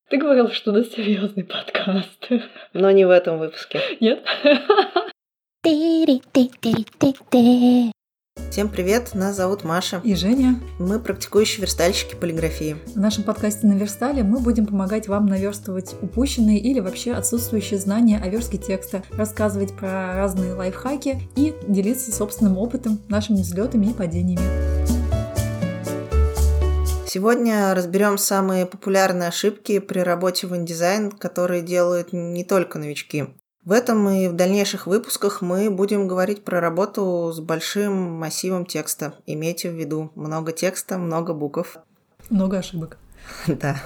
Ты говорил, что у нас серьезный подкаст. Но не в этом выпуске. Нет? Всем привет, нас зовут Маша. И Женя. Мы практикующие верстальщики полиграфии. В нашем подкасте «Наверстали» мы будем помогать вам наверстывать упущенные или вообще отсутствующие знания о верстке текста, рассказывать про разные лайфхаки и делиться собственным опытом, нашими взлетами и падениями. Сегодня разберем самые популярные ошибки при работе в InDesign, которые делают не только новички. В этом и в дальнейших выпусках мы будем говорить про работу с большим массивом текста. Имейте в виду, много текста, много букв. Много ошибок. Да.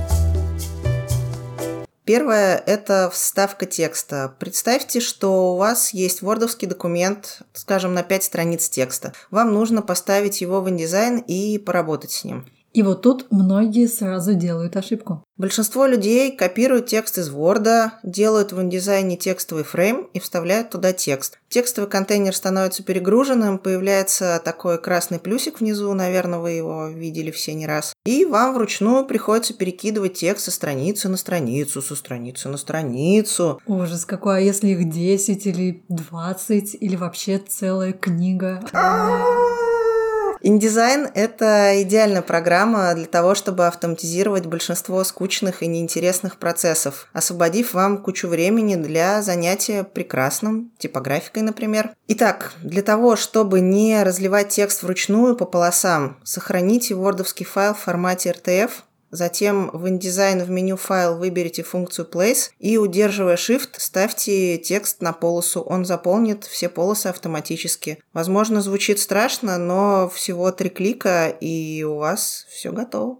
Первое – это вставка текста. Представьте, что у вас есть вордовский документ, скажем, на 5 страниц текста. Вам нужно поставить его в InDesign и поработать с ним. И вот тут многие сразу делают ошибку. Большинство людей копируют текст из Word, делают в InDesign текстовый фрейм и вставляют туда текст. Текстовый контейнер становится перегруженным, появляется такой красный плюсик внизу, наверное, вы его видели все не раз. И вам вручную приходится перекидывать текст со страницы на страницу, со страницы на страницу. Ужас какой, а если их 10 или 20, или вообще целая книга? InDesign – это идеальная программа для того, чтобы автоматизировать большинство скучных и неинтересных процессов, освободив вам кучу времени для занятия прекрасным, типографикой, например. Итак, для того, чтобы не разливать текст вручную по полосам, сохраните вордовский файл в формате RTF, затем в InDesign в меню «Файл» выберите функцию Place и, удерживая Shift, ставьте текст на полосу. Он заполнит все полосы автоматически. Возможно, звучит страшно, но всего 3 клика, и у вас все готово.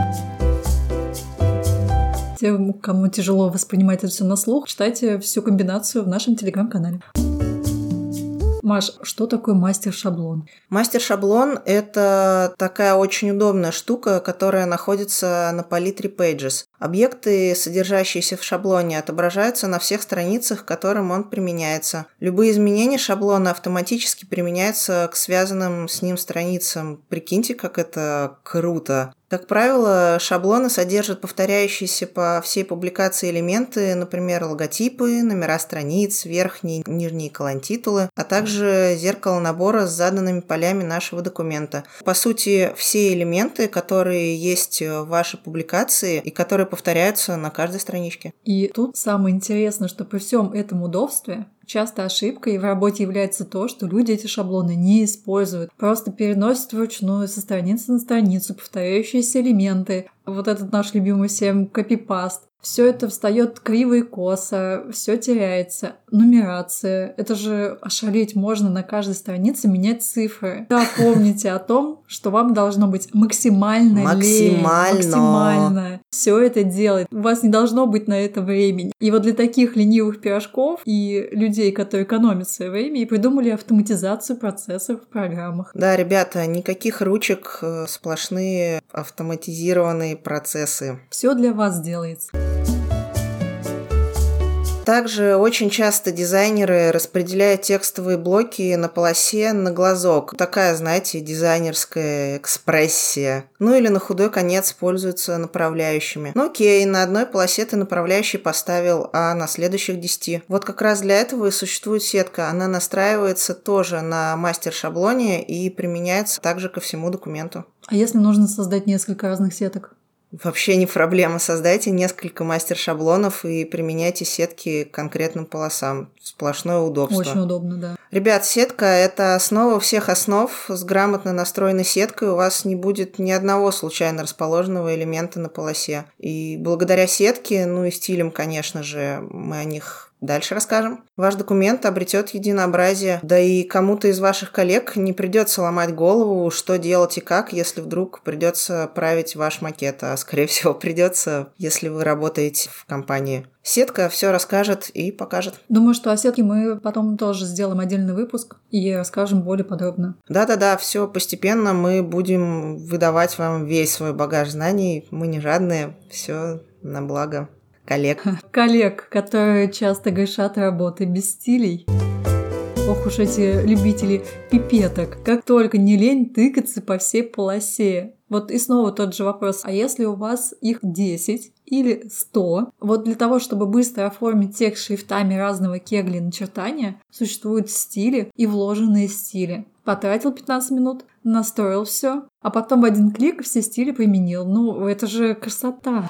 Тем, кому тяжело воспринимать это все на слух, читайте всю комбинацию в нашем телеграм-канале. Маш, что такое мастер-шаблон? Мастер-шаблон – это такая очень удобная штука, которая находится на палитре Pages. Объекты, содержащиеся в шаблоне, отображаются на всех страницах, к которым он применяется. Любые изменения шаблона автоматически применяются к связанным с ним страницам. Прикиньте, как это круто! Как правило, шаблоны содержат повторяющиеся по всей публикации элементы, например, логотипы, номера страниц, верхние и нижние колонтитулы, а также зеркало набора с заданными полями нашего документа. По сути, все элементы, которые есть в вашей публикации и которые повторяются на каждой страничке. И тут самое интересное, что при всем этом удобстве часто ошибкой в работе является то, что люди эти шаблоны не используют. Просто переносят вручную со страницы на страницу повторяющиеся элементы. Вот этот наш любимый всем копипаст. Все это встает криво и косо, все теряется. Нумерация. Это же ошалеть можно на каждой странице менять цифры. Да, помните о том, что вам должно быть максимально лень. Максимально. Все это делать. У вас не должно быть на это времени. И вот для таких ленивых пирожков и людей, которые экономят свое время, и придумали автоматизацию процессов в программах. Да, ребята, никаких ручек, сплошные автоматизированные процессы. Все для вас делается. Также очень часто дизайнеры распределяют текстовые блоки на полосе на глазок. Такая, знаете, дизайнерская экспрессия. Ну или на худой конец пользуются направляющими. Ну окей, на одной полосе ты направляющий поставил, а на следующих 10. Вот как раз для этого и существует сетка. Она настраивается тоже на мастер-шаблоне и применяется также ко всему документу. А если нужно создать несколько разных сеток? Вообще не проблема. Создайте несколько мастер-шаблонов и применяйте сетки к конкретным полосам. Сплошное удобство. Очень удобно, да. Ребят, сетка – это основа всех основ. С грамотно настроенной сеткой у вас не будет ни одного случайно расположенного элемента на полосе. И благодаря сетке, ну и стилям, конечно же, мы о них дальше расскажем. Ваш документ обретет единообразие, да и кому-то из ваших коллег не придется ломать голову, что делать и как, если вдруг придется править ваш макет, а скорее всего придется, если вы работаете в компании. Сетка все расскажет и покажет. Думаю, что о сетке мы потом тоже сделаем отдельный выпуск и расскажем более подробно. Да-да-да, все постепенно мы будем выдавать вам весь свой багаж знаний. Мы не жадные, все на благо коллег. Коллег, которые часто грешат работой без стилей. Ох уж эти любители пипеток. Как только не лень тыкаться по всей полосе. Вот и снова тот же вопрос. А если у вас их 10, или 100. Вот для того, чтобы быстро оформить текст шрифтами разного кегля и начертания, существуют стили и вложенные стили. Потратил 15 минут, настроил все, а потом в один клик все стили применил. Ну, это же красота.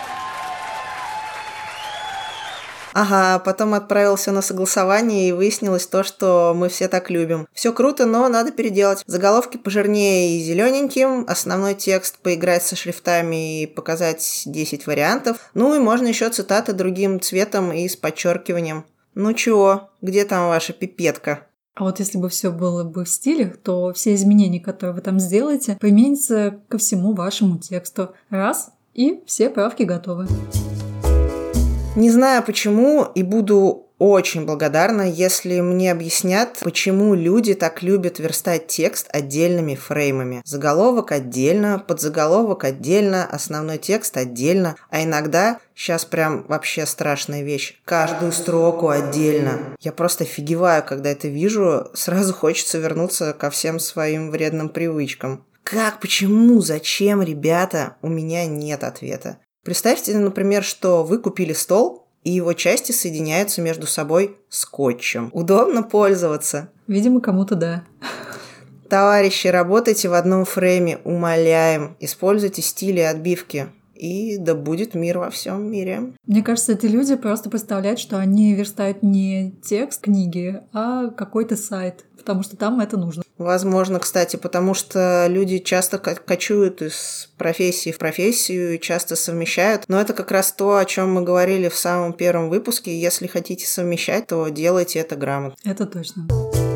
Ага, потом отправился на согласование и выяснилось то, что мы все так любим. Все круто, но надо переделать. Заголовки пожирнее и зелененьким, основной текст поиграть со шрифтами и показать 10 вариантов. Ну и можно еще цитаты другим цветом и с подчеркиванием. Ну чего, где там ваша пипетка? А вот если бы все было бы в стилях, то все изменения, которые вы там сделаете, применятся ко всему вашему тексту. Раз, и все правки готовы. Не знаю почему, и буду очень благодарна, если мне объяснят, почему люди так любят верстать текст отдельными фреймами. Заголовок отдельно, подзаголовок отдельно, основной текст отдельно, а иногда, сейчас прям вообще страшная вещь, каждую строку отдельно. Я просто офигеваю, когда это вижу, сразу хочется вернуться ко всем своим вредным привычкам. Как, почему, зачем, ребята, у меня нет ответа. Представьте, например, что вы купили стол, и его части соединяются между собой скотчем. Удобно пользоваться. Видимо, кому-то да. Товарищи, работайте в одном фрейме, умоляем. Используйте стили и отбивки. И да будет мир во всем мире. Мне кажется, эти люди просто представляют, что они верстают не текст книги, а какой-то сайт, потому что там это нужно. Возможно, кстати, потому что люди часто кочуют из профессии в профессию и часто совмещают. Но это как раз то, о чем мы говорили в самом первом выпуске. Если хотите совмещать, то делайте это грамотно. Это точно.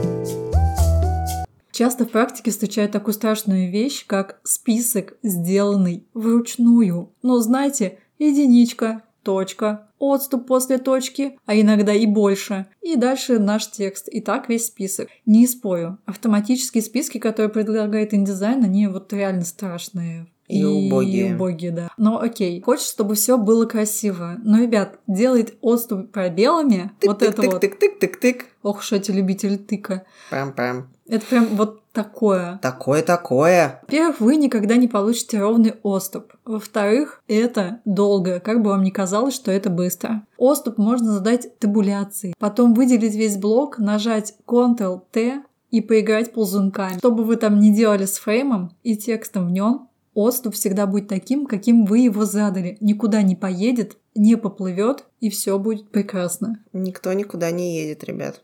Часто в практике встречают такую страшную вещь, как список, сделанный вручную. Но знаете, единичка, точка, отступ после точки, а иногда и больше. И дальше наш текст. И так весь список. Не спорю. Автоматические списки, которые предлагает InDesign, они вот реально страшные. И убогие. И убогие, да. Но окей. Хочешь, чтобы все было красиво. Но, ребят, делает отступ пробелами. Вот это вот. Тык-тык-тык-тык-тык. Ох уж эти любители тыка. Пам-пам. Это прям вот такое. Такое. Во-первых, вы никогда не получите ровный отступ. Во-вторых, это долго, как бы вам ни казалось, что это быстро. Отступ можно задать табуляцией, потом выделить весь блок, нажать Ctrl-T и поиграть ползунками. Что бы вы там ни делали с фреймом и текстом в нем, отступ всегда будет таким, каким вы его задали. Никуда не поедет, не поплывет, и все будет прекрасно. Никто никуда не едет, ребят.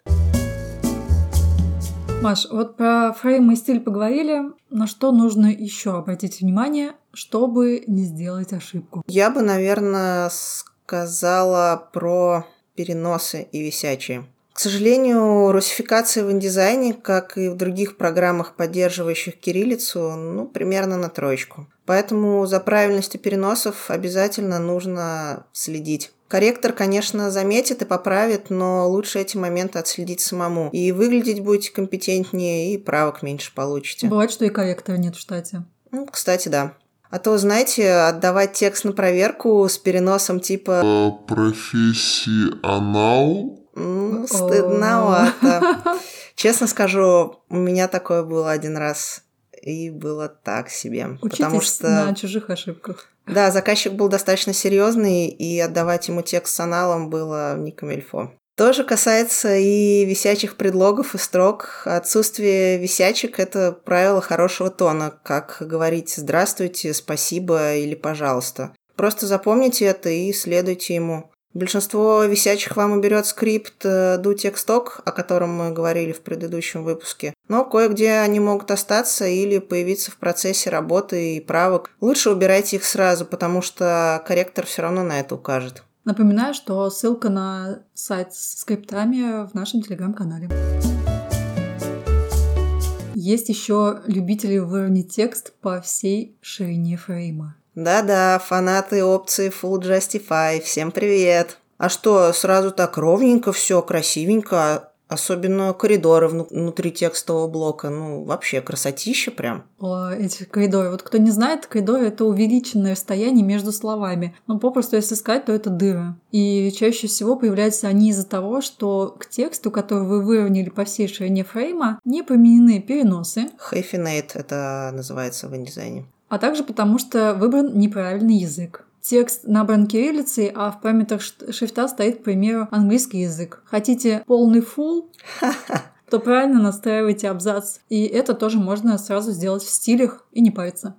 Маш, вот про фрейм и стиль поговорили. На что нужно еще обратить внимание, чтобы не сделать ошибку? Я бы, наверное, сказала про переносы и висячие. К сожалению, русификация в InDesign, как и в других программах, поддерживающих кириллицу, примерно на 3. Поэтому за правильностью переносов обязательно нужно следить. Корректор, конечно, заметит и поправит, но лучше эти моменты отследить самому. И выглядеть будете компетентнее, и правок меньше получите. Бывает, что и корректора нет в штате. Кстати, да. А то, знаете, отдавать текст на проверку с переносом типа «профессионал». Стыдновато. Честно скажу, у меня такое было один раз. И было так себе. Учитесь потому что на чужих ошибках. Да, заказчик был достаточно серьезный, и отдавать ему текст с аналом было не камильфо. Тоже касается и висячих предлогов и строк. Отсутствие висячек – это правило хорошего тона, как говорить «здравствуйте», «спасибо» или «пожалуйста». Просто запомните это и следуйте ему. Большинство висячих вам уберет скрипт doTextTalk, о котором мы говорили в предыдущем выпуске. Но кое-где они могут остаться или появиться в процессе работы и правок. Лучше убирайте их сразу, потому что корректор все равно на это укажет. Напоминаю, что ссылка на сайт с скриптами в нашем телеграм-канале. Есть еще любители выровнять текст по всей ширине фрейма. Да-да, фанаты опции Full Justify, всем привет! А что, сразу так ровненько все, красивенько? Особенно коридоры внутри текстового блока. Вообще красотища прям. Эти коридоры. Вот кто не знает, коридоры — это увеличенное расстояние между словами. Попросту, если сказать, то это дыра. И чаще всего появляются они из-за того, что к тексту, который вы выровняли по всей ширине фрейма, не применены переносы. Hyphenate это называется в InDesign. А также потому, что выбран неправильный язык. текст набран кириллицей, а в параметрах шрифта стоит, к примеру, английский язык. Хотите полный full, то правильно настраивайте абзац. И это тоже можно сразу сделать в стилях и не париться.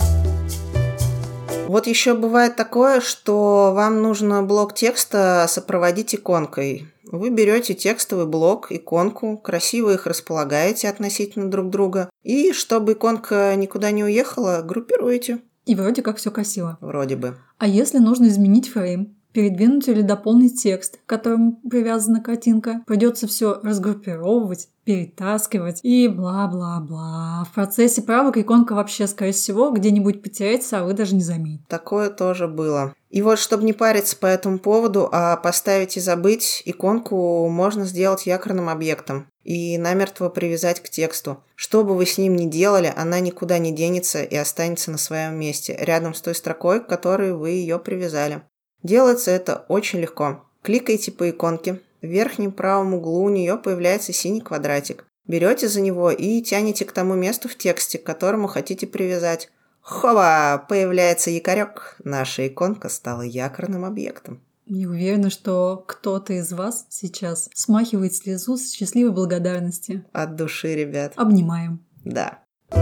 Вот еще бывает такое, что вам нужно блок текста сопроводить иконкой. Вы берете текстовый блок, иконку, красиво их располагаете относительно друг друга. И чтобы иконка никуда не уехала, группируете. И вроде как все красиво. Вроде бы. А если нужно изменить фрейм, передвинуть или дополнить текст, к которому привязана картинка, придется все разгруппировывать, перетаскивать и бла-бла-бла. В процессе правок иконка вообще, скорее всего, где-нибудь потеряется, а вы даже не заметите. Такое тоже было. И вот, чтобы не париться по этому поводу, а поставить и забыть, иконку можно сделать якорным объектом и намертво привязать к тексту. Что бы вы с ним ни делали, она никуда не денется и останется на своем месте, рядом с той строкой, к которой вы ее привязали. Делается это очень легко. Кликайте по иконке. В верхнем правом углу у нее появляется синий квадратик. Берете за него и тянете к тому месту в тексте, к которому хотите привязать. Хова! Появляется якорек. Наша иконка стала якорным объектом. Не уверена, что кто-то из вас сейчас смахивает слезу с счастливой благодарности. От души, ребят. Обнимаем. Да.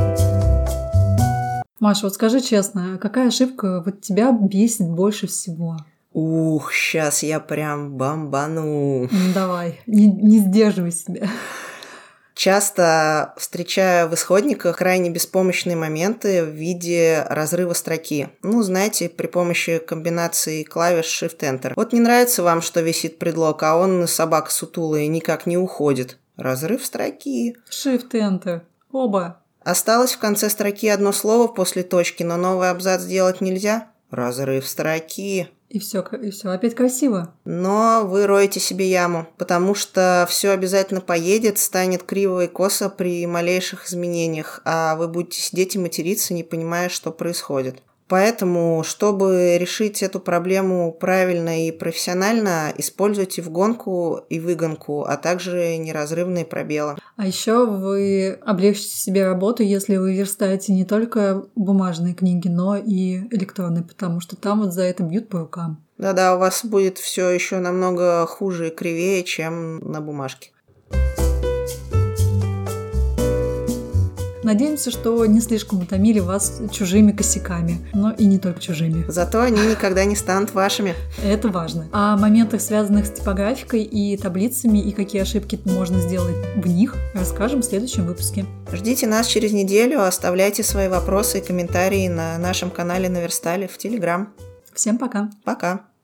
Маша, вот скажи честно, какая ошибка вот тебя бесит больше всего? Сейчас я прям бомбану. Давай, не сдерживай себя. Часто встречаю в исходниках крайне беспомощные моменты в виде разрыва строки. Знаете, при помощи комбинации клавиш Shift-Enter. Вот не нравится вам, что висит предлог, а он, собака сутулая, никак не уходит. Разрыв строки. Shift-Enter. Оба. Осталось в конце строки одно слово после точки, но новый абзац сделать нельзя. Разрыв строки. И все опять красиво. Но вы роете себе яму, потому что все обязательно поедет, станет криво и косо при малейших изменениях, а вы будете сидеть и материться, не понимая, что происходит. Поэтому, чтобы решить эту проблему правильно и профессионально, используйте вгонку и выгонку, а также неразрывные пробелы. А еще вы облегчите себе работу, если вы верстаете не только бумажные книги, но и электронные, потому что там вот за это бьют по рукам. Да-да, у вас будет все еще намного хуже и кривее, чем на бумажке. Надеемся, что не слишком утомили вас чужими косяками, но и не только чужими. Зато они никогда не станут вашими. Это важно. О моментах, связанных с типографикой и таблицами, и какие ошибки можно сделать в них, расскажем в следующем выпуске. Ждите нас через неделю, оставляйте свои вопросы и комментарии на нашем канале Наверстали в Telegram. Всем пока. Пока.